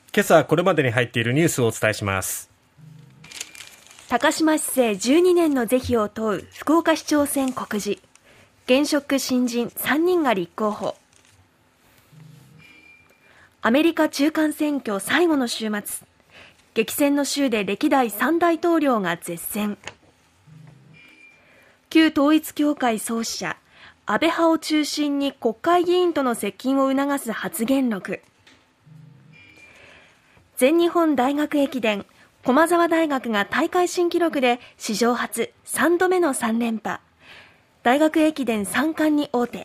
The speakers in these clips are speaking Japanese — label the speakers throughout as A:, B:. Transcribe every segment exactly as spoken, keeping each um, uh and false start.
A: 今朝これまでに入っているニュースをお伝えします。
B: 高島市政じゅうにねんの是非を問う福岡市長選告示、現職新人さんにんが立候補。アメリカ中間選挙最後の週末、激戦の州で歴代さん大統領が絶戦。旧統一教会創始者安倍派を中心に国会議員との接近を促す発言録。全日本大学駅伝、駒澤大学が大会新記録で史上初さんどめのさん連覇。大学駅伝さん冠に王手。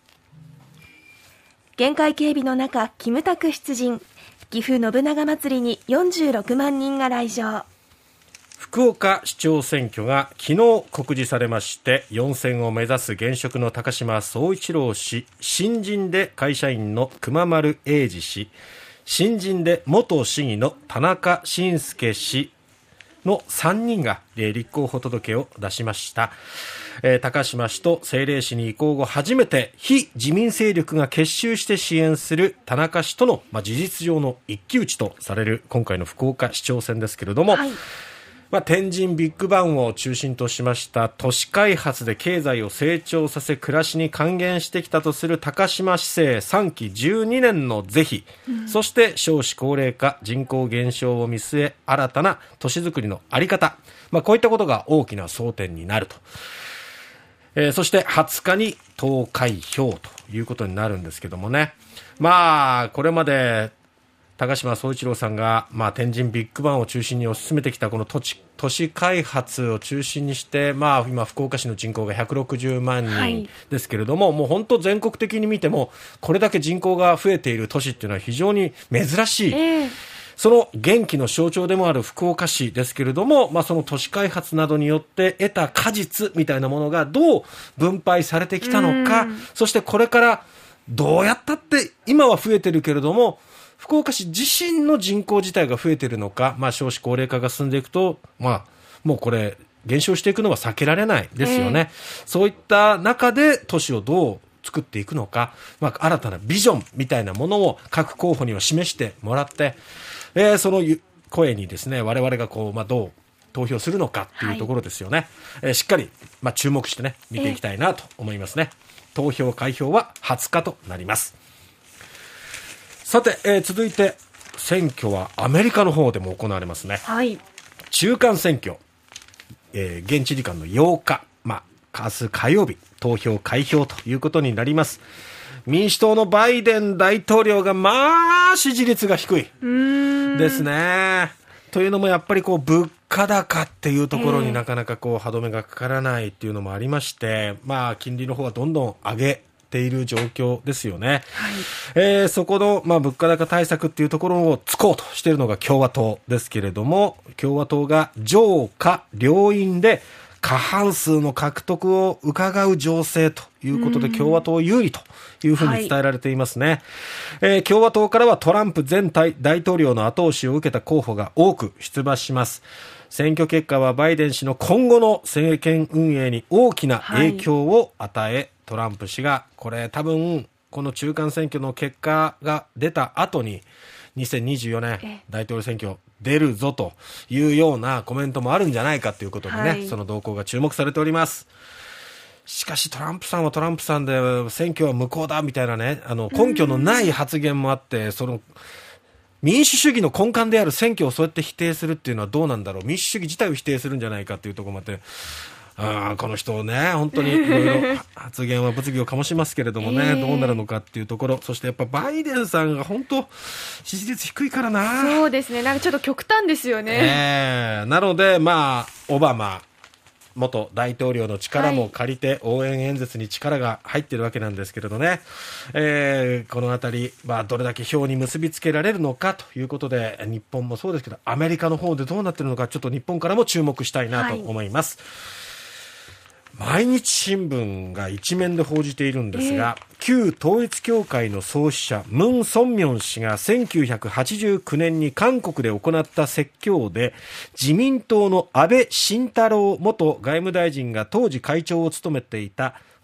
B: 厳戒警備の中、キムタク出陣。岐阜信長祭りによんじゅうろくまんにんが来場。
A: 福岡市長選挙が昨日告示されまして、よん選を目指す現職の高島宗一郎氏、新人で会社員の熊丸英二氏、新人で元市議の田中伸介氏のさんにんが立候補届を出しました。えー、高島氏と政令市に移行後初めて非自民勢力が結集して支援する田中氏との、まあ、事実上の一騎打ちとされる今回の福岡市長選ですけれども、はい、まあ、天神ビッグバンを中心としました都市開発で経済を成長させ暮らしに還元してきたとする高島市政さんきじゅうにねんの是非、うん、そして少子高齢化人口減少を見据え新たな都市づくりの在り方、まあ、こういったことが大きな争点になると、えー、そしてはつかに投開票ということになるんですけどもね、まあこれまで高島宗一郎さんが、まあ、天神ビッグバンを中心に推し進めてきたこの土地、都市開発を中心にして、まあ、今福岡市の人口がひゃくろくじゅうまんにんですけれども、はい、もう本当全国的に見てもこれだけ人口が増えている都市っていうのは非常に珍しい、えー、その元気の象徴でもある福岡市ですけれども、まあ、その都市開発などによって得た果実みたいなものがどう分配されてきたのか、そしてこれからどうやったって今は増えてるけれども福岡市自身の人口自体が増えているのか、まあ、少子高齢化が進んでいくと、まあ、もうこれ減少していくのは避けられないですよね、えー、そういった中で都市をどう作っていくのか、まあ、新たなビジョンみたいなものを各候補には示してもらって、えー、その声にですね我々がこう、まあ、どう投票するのかっていうところですよね、はい、えー、しっかり、まあ、注目してね見ていきたいなと思いますね、えー、投票開票ははつかとなります。さて、えー、続いて選挙はアメリカの方でも行われますね、はい、中間選挙、えー、現地時間のようか、まあ、明日火曜日投票開票ということになります。民主党のバイデン大統領がまあ支持率が低いですね。というのもやっぱりこう物価高っていうところになかなかこう歯止めがかからないっていうのもありまして、まあ金利の方はどんどん上げている状況ですよね、はい、えー、そこの、まあ、物価高対策っていうところをつこうとしているのが共和党ですけれども、共和党が上下両院で過半数の獲得を伺う情勢ということで共和党有利というふうに伝えられていますね、はい、えー、共和党からはトランプ前大統領の後押しを受けた候補が多く出馬します。選挙結果はバイデン氏の今後の政権運営に大きな影響を与え、はい、トランプ氏がこれ多分この中間選挙の結果が出た後ににせんにじゅうよねん大統領選挙出るぞというようなコメントもあるんじゃないかということでね、はい、その動向が注目されております。しかしトランプさんはトランプさんで選挙は無効だみたいなね、あの根拠のない発言もあって、その民主主義の根幹である選挙をそうやって否定するっていうのはどうなんだろう、民主主義自体を否定するんじゃないかっていうところもあって、あこの人ね本当にいろいろ発言は物議を醸しますけれどもね、えー、どうなるのかっていうところ、そしてやっぱバイデンさんが本当支持率低いからな。
B: そうですね、なんかちょっと極端ですよね、
A: えー、なのでまあオバマ元大統領の力も借りて応援演説に力が入っているわけなんですけれどね、えー、このあたり、まあ、どれだけ票に結びつけられるのかということで日本もそうですけどアメリカの方でどうなっているのかちょっと日本からも注目したいなと思います、はい、毎日新聞が一面で報じているんですが、えー、旧統一教会の創始者ムン・ソンミョン氏がせんきゅうひゃくはちじゅうきゅうねんに韓国で行った説教で自民党の安倍晋太郎元外務大臣が当時会長を務めていた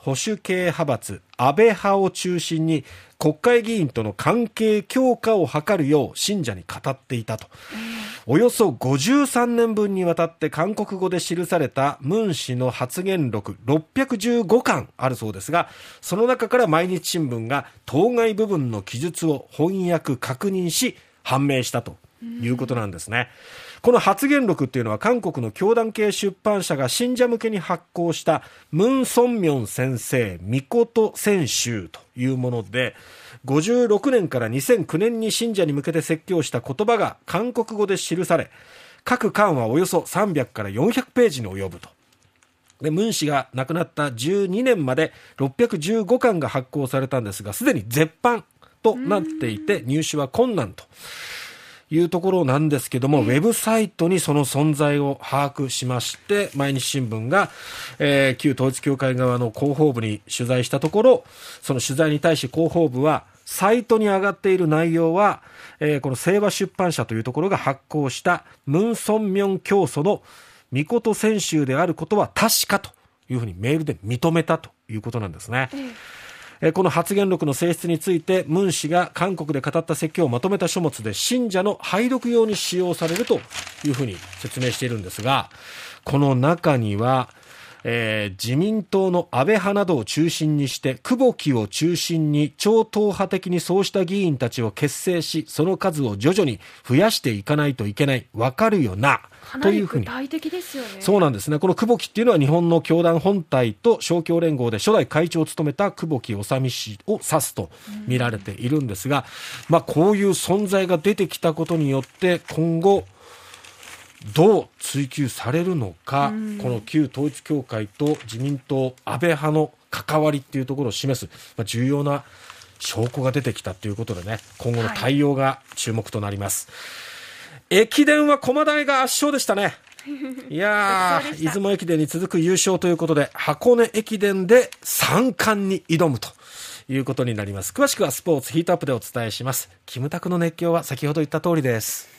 A: 保守系派閥安倍派を中心に国会議員との関係強化を図るよう信者に語っていたと。およそごじゅうさんねんぶんにわたって韓国語で記されたムン氏の発言録ろっぴゃくじゅうごかんあるそうですが、その中から毎日新聞が当該部分の記述を翻訳確認し判明したということなんですね。この発言録っていうのは韓国の教団系出版社が信者向けに発行したムン・ソンミョン先生みこと選集というもので、ごじゅうろくねんからにせんきゅうねんに信者に向けて説教した言葉が韓国語で記され、各巻はおよそさんびゃくからよんひゃくページに及ぶと。でムン氏が亡くなったじゅうにねんまでろっぴゃくじゅうごかんが発行されたんですが、すでに絶版となっていて入手は困難というところなんですけども、ウェブサイトにその存在を把握しまして、毎日新聞が、えー、旧統一教会側の広報部に取材したところ、その取材に対し広報部は、サイトに上がっている内容は、えー、この清和出版社というところが発行したムン・ソンミョン教祖のみこと選集であることは確かというふうにメールで認めたということなんですね。うんこの発言録の性質についてムン氏が韓国で語った説教をまとめた書物で信者の拝読用に使用されるというふうに説明しているんですが、この中には、えー、自民党の安倍派などを中心にして久保木を中心に超党派的にそうした議員たちを結成し、その数を徐々に増やしていかないといけない、わかるよなというふうに。
B: かなり具体的ですよね。
A: そうなんですね。この久保木っていうのは日本の教団本体と勝共連合で初代会長を務めた久保木修氏を指すと見られているんですが、まあ、こういう存在が出てきたことによって今後どう追及されるのか、この旧統一教会と自民党安倍派の関わりっていうところを示す、まあ、重要な証拠が出てきたということでね、今後の対応が注目となります。はい、駅伝は駒大が圧勝でしたね。いやー、出雲駅伝に続く優勝ということで、箱根駅伝で三冠に挑むということになります。詳しくはスポーツヒートアップでお伝えします。キムタクの熱狂は先ほど言った通りです。